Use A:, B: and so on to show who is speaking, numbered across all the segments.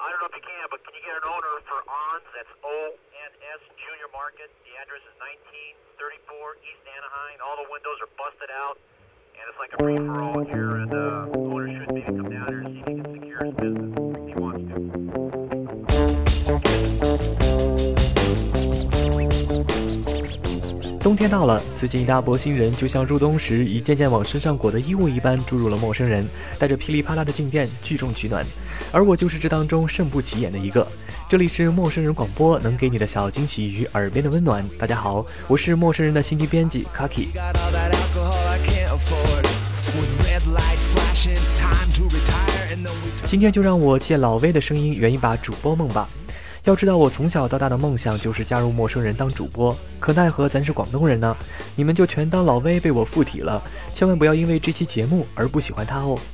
A: I don't know if you can, but can you get an owner for ONS? That's ONS Junior Market. The address is 1934 East Anaheim. All the windows are busted out, and it's like a free-for-all here, and the owner should maybe come down here to see if he can secure his business if he wants to.
B: 冬天到了，最近一大波新人就像入冬时一件件往身上裹的衣物一般注入了陌生人，带着噼里啪啦的静电聚众取暖，而我就是这当中甚不起眼的一个。这里是陌生人广播，能给你的小惊喜与耳边的温暖。大家好，我是陌生人的心机编辑 Kaki。今天就让我借老魏的声音圆一把主播梦吧。要知道我从小到大的梦想就是加入陌生人当主播，可奈何咱是广东人呢，你们就全当老魏被我附体了，千万不要因为这期节目而不喜欢他哦。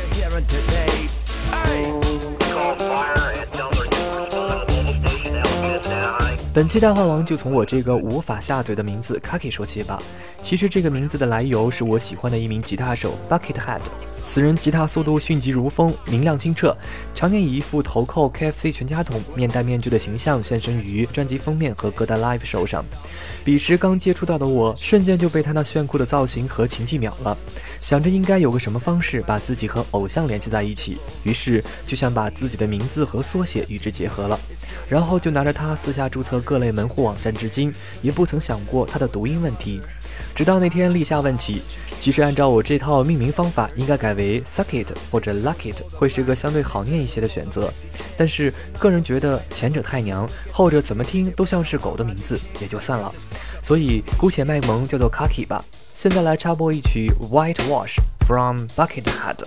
B: 本期大话王就从我这个无法下嘴的名字 Kaki 说起吧。其实这个名字的来由是我喜欢的一名吉他手 Buckethead， 此人吉他速度迅疾如风，明亮清澈，常年以一副头扣 KFC 全家桶面带面具的形象现身于专辑封面和各大 live show上。彼时刚接触到的我，瞬间就被他那炫酷的造型和情技秒了，想着应该有个什么方式把自己和偶像联系在一起，于是就想把自己的名字和缩写与之结合了，然后就拿着它私下注册各类门户网站，至今也不曾想过它的读音问题。直到那天立夏问起，其实按照我这套命名方法，应该改为 Suck It 或者 Luck It 会是个相对好念一些的选择，但是个人觉得前者太娘，后者怎么听都像是狗的名字，也就算了，所以姑且卖萌叫做 Kaki 吧。现在来插播一曲 Whitewash from Buckethead。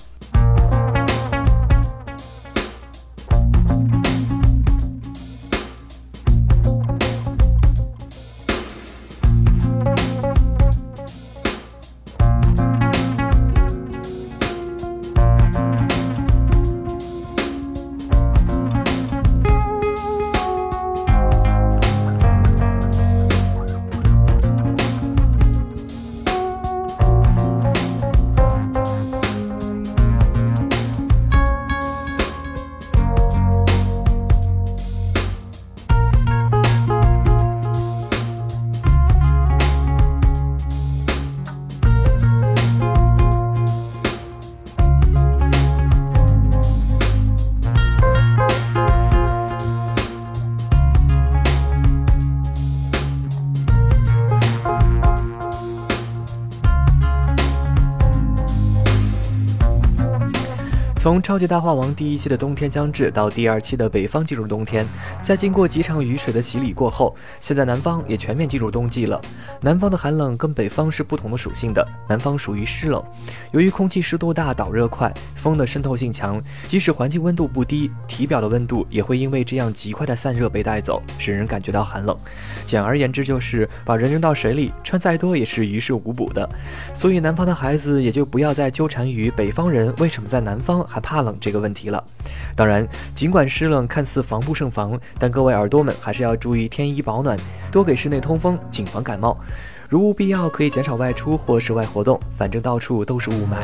B: 从超级大话王第一期的冬天将至到第二期的北方进入冬天，在经过几场雨水的洗礼过后，现在南方也全面进入冬季了。南方的寒冷跟北方是不同的属性的，南方属于湿冷，由于空气湿度大，导热快，风的渗透性强，即使环境温度不低，体表的温度也会因为这样极快的散热被带走，使人感觉到寒冷。简而言之，就是把人扔到水里，穿再多也是于事无补的。所以南方的孩子也就不要再纠缠于北方人为什么在南方还怕冷这个问题了。当然，尽管湿冷看似防不胜防，但各位耳朵们还是要注意添衣保暖，多给室内通风，谨防感冒。如无必要，可以减少外出或室外活动，反正到处都是雾霾。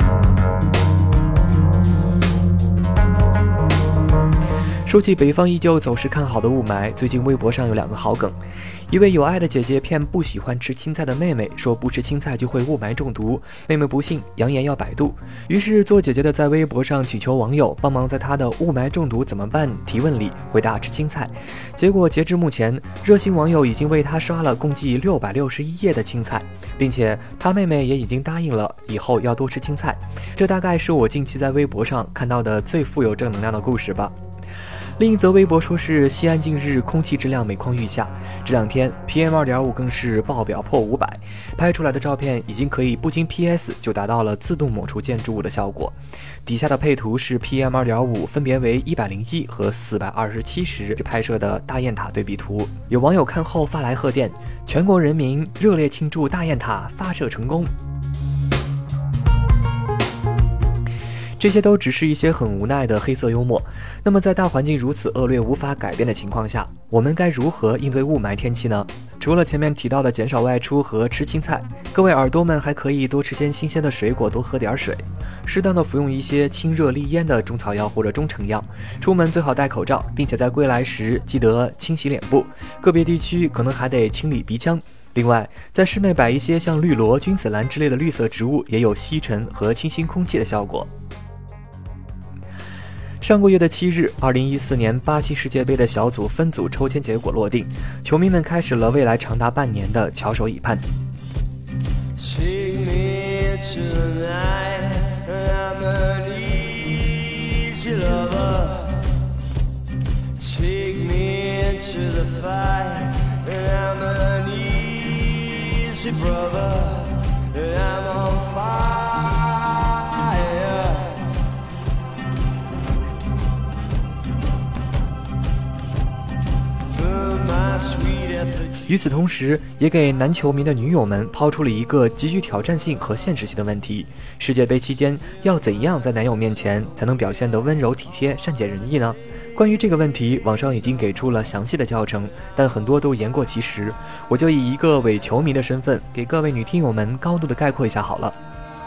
B: 说起北方依旧走势看好的雾霾，最近微博上有两个好梗。一位有爱的姐姐骗不喜欢吃青菜的妹妹，说不吃青菜就会雾霾中毒，妹妹不信，扬言要百度。于是做姐姐的在微博上祈求网友帮忙在她的雾霾中毒怎么办提问里回答吃青菜。结果截至目前，热心网友已经为她刷了共计661页的青菜，并且她妹妹也已经答应了以后要多吃青菜。这大概是我近期在微博上看到的最富有正能量的故事吧。另一则微博说是西安近日空气质量每况愈下，这两天 PM2.5 更是爆表破500，拍出来的照片已经可以不经 PS 就达到了自动抹除建筑物的效果。底下的配图是 PM2.5 分别为101和427时拍摄的大雁塔对比图，有网友看后发来贺电，全国人民热烈庆祝大雁塔发射成功。 这些都只是一些很无奈的黑色幽默。那么在大环境如此恶劣无法改变的情况下，我们该如何应对雾霾天气呢？除了前面提到的减少外出和吃青菜，各位耳朵们还可以多吃些新鲜的水果，多喝点水，适当的服用一些清热利咽的中草药或者中成药。出门最好戴口罩，并且在归来时记得清洗脸部，个别地区可能还得清理鼻腔。另外，在室内摆一些像绿萝、君子兰之类的绿色植物，也有吸尘和清新空气的效果。上个月的7日，2014年巴西世界杯的小组分组抽签结果落定，球迷们开始了未来长达半年的翘首以盼。与此同时，也给男球迷的女友们抛出了一个极具挑战性和现实性的问题：世界杯期间要怎样在男友面前才能表现得温柔体贴、善解人意呢？关于这个问题，网上已经给出了详细的教程，但很多都言过其实。我就以一个伪球迷的身份，给各位女听友们高度的概括一下好了。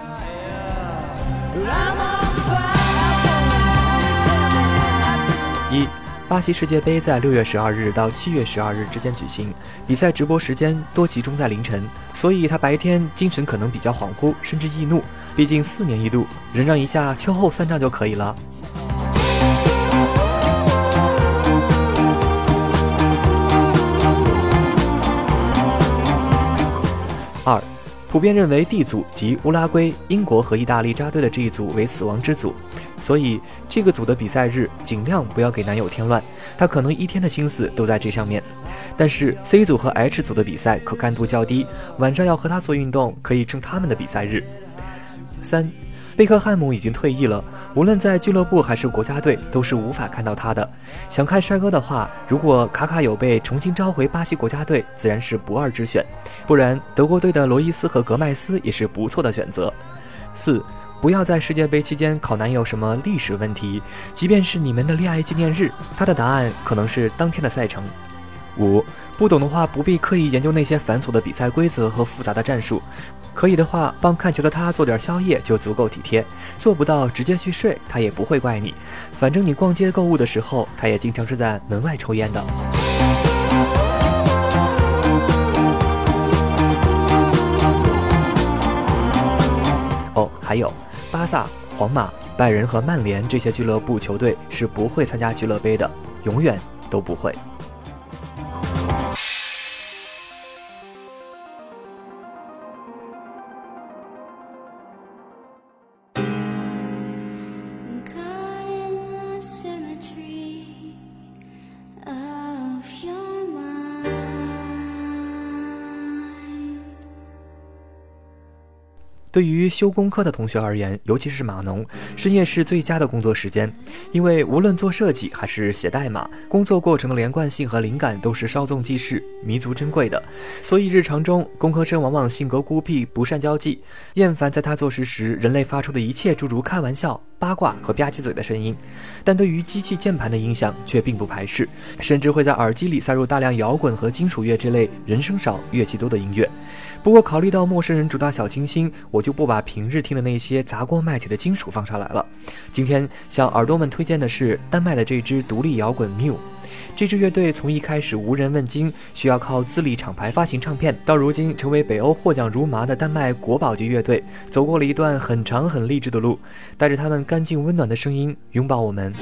B: 巴西世界杯在6月12日到7月12日之间举行，比赛直播时间多集中在凌晨，所以他白天精神可能比较恍惚，甚至易怒。毕竟4年一度，忍让一下，秋后算账就可以了。2. 普遍认为 D 组即乌拉圭、英国和意大利扎堆的这一组为死亡之组，所以这个组的比赛日尽量不要给男友添乱，他可能一天的心思都在这上面。但是 C 组和 H 组的比赛可看度较低，晚上要和他做运动可以趁他们的比赛日。3. 贝克汉姆已经退役了，无论在俱乐部还是国家队都是无法看到他的。想看帅哥的话，如果卡卡有被重新召回巴西国家队，自然是不二之选，不然德国队的罗伊斯和格麦斯也是不错的选择。4. 不要在世界杯期间考男友什么历史问题，即便是你们的恋爱纪念日，他的答案可能是当天的赛程。5. 不懂的话不必刻意研究那些繁琐的比赛规则和复杂的战术，可以的话帮看球的他做点宵夜就足够体贴，做不到直接去睡他也不会怪你，反正你逛街购物的时候他也经常是在门外抽烟的。还有巴萨、皇马、拜仁和曼联这些俱乐部球队是不会参加俱乐杯的，永远都不会。对于修工科的同学而言，尤其是码农，深夜是最佳的工作时间，因为无论做设计还是写代码，工作过程的连贯性和灵感都是稍纵即逝、弥足珍贵的。所以日常中，工科生往往性格孤僻，不善交际，厌烦在他做事时人类发出的一切诸如开玩笑、八卦和吧唧嘴的声音，但对于机器键盘的影响却并不排斥，甚至会在耳机里塞入大量摇滚和金属乐这类人声少、乐器多的音乐。不过考虑到陌生人主打小清新，我就不把平日听的那些砸锅卖铁的金属放上来了。今天向耳朵们推荐的是丹麦的这支独立摇滚 Mew。这支乐队从一开始无人问津，需要靠自立厂牌发行唱片，到如今成为北欧获奖如麻的丹麦国宝级乐队，走过了一段很长很励志的路，带着他们干净温暖的声音拥抱我们。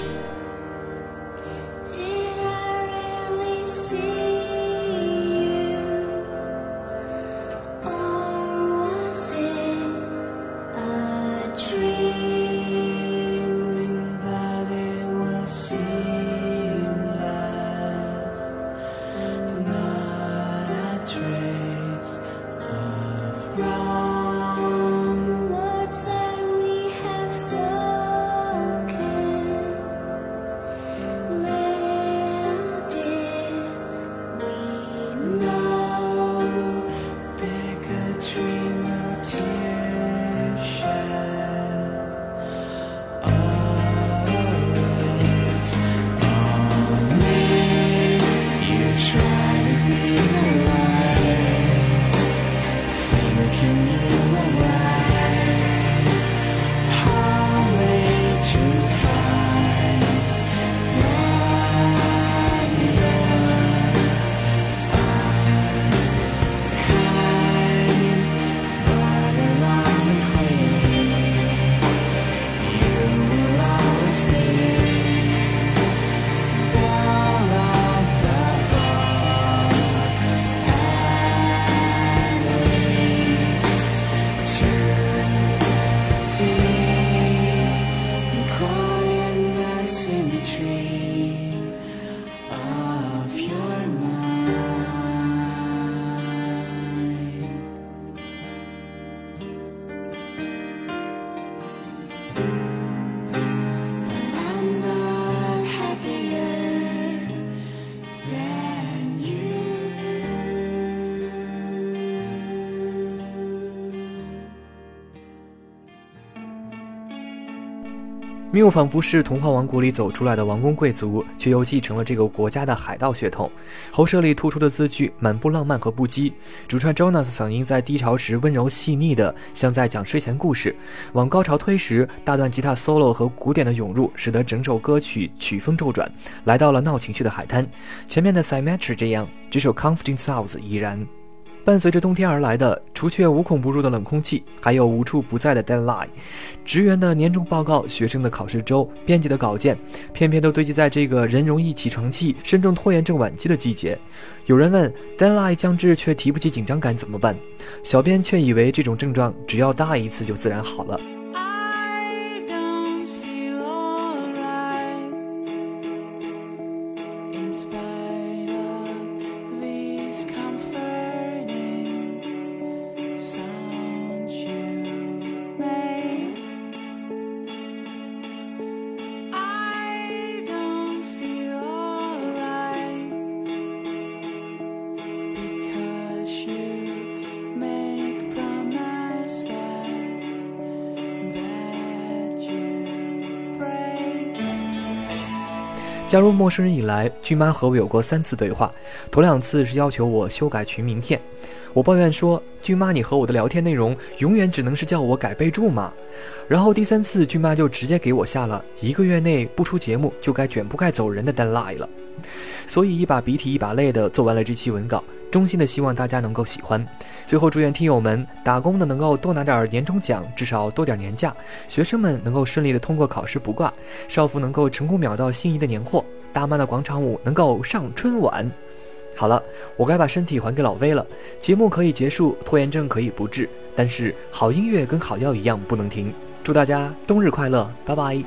B: 缪仿佛是童话王国里走出来的王公贵族，却又继承了这个国家的海盗血统。喉舌里吐出的字句满布浪漫和不羁，主唱 Jonas 嗓音在低潮时温柔细腻的，像在讲睡前故事；往高潮推时，大段吉他 solo 和鼓点的涌入，使得整首歌曲曲风骤转，来到了闹情绪的海滩。前面的 Symmetry 这样，这首 Comforting South 依然。伴随着冬天而来的，除却无孔不入的冷空气，还有无处不在的 deadline。职员的年终报告、学生的考试周、编辑的稿件，偏偏都堆积在这个人容易起床气、身重拖延症晚期的季节。有人问 deadline 将至却提不起紧张感怎么办？小编却以为这种症状只要大一次就自然好了。加入陌生人以来，俊妈和我有过3次对话，头2次是要求我修改群名片。我抱怨说，俊妈你和我的聊天内容永远只能是叫我改备注嘛。然后第3次，俊妈就直接给我下了1个月内不出节目就该卷铺盖走人的 deadline 了。所以一把鼻涕一把泪的做完了这期文稿，衷心的希望大家能够喜欢。最后祝愿听友们打工的能够多拿点年终奖，至少多点年假；学生们能够顺利的通过考试不挂；少妇能够成功秒到心仪的年货；大妈的广场舞能够上春晚。好了，我该把身体还给老威了。节目可以结束，拖延症可以不治，但是好音乐跟好药一样不能停。祝大家冬日快乐，拜拜。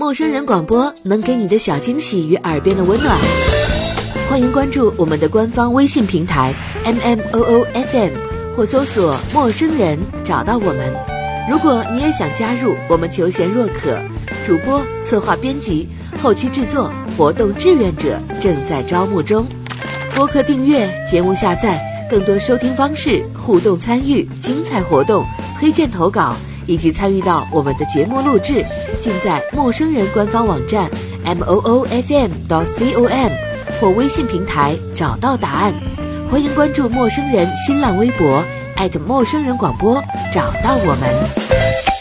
C: 陌生人广播能给你的小惊喜与耳边的温暖。欢迎关注我们的官方微信平台 MMOOFM， 或搜索陌生人找到我们。如果你也想加入，我们求贤若渴，主播、策划编辑、后期制作、活动志愿者正在招募中。播客订阅、节目下载、更多收听方式、互动参与、精彩活动、推荐投稿以及参与到我们的节目录制，尽在陌生人官方网站 moofm.com 或微信平台找到答案。欢迎关注陌生人新浪微博陌生人广播，找到我们。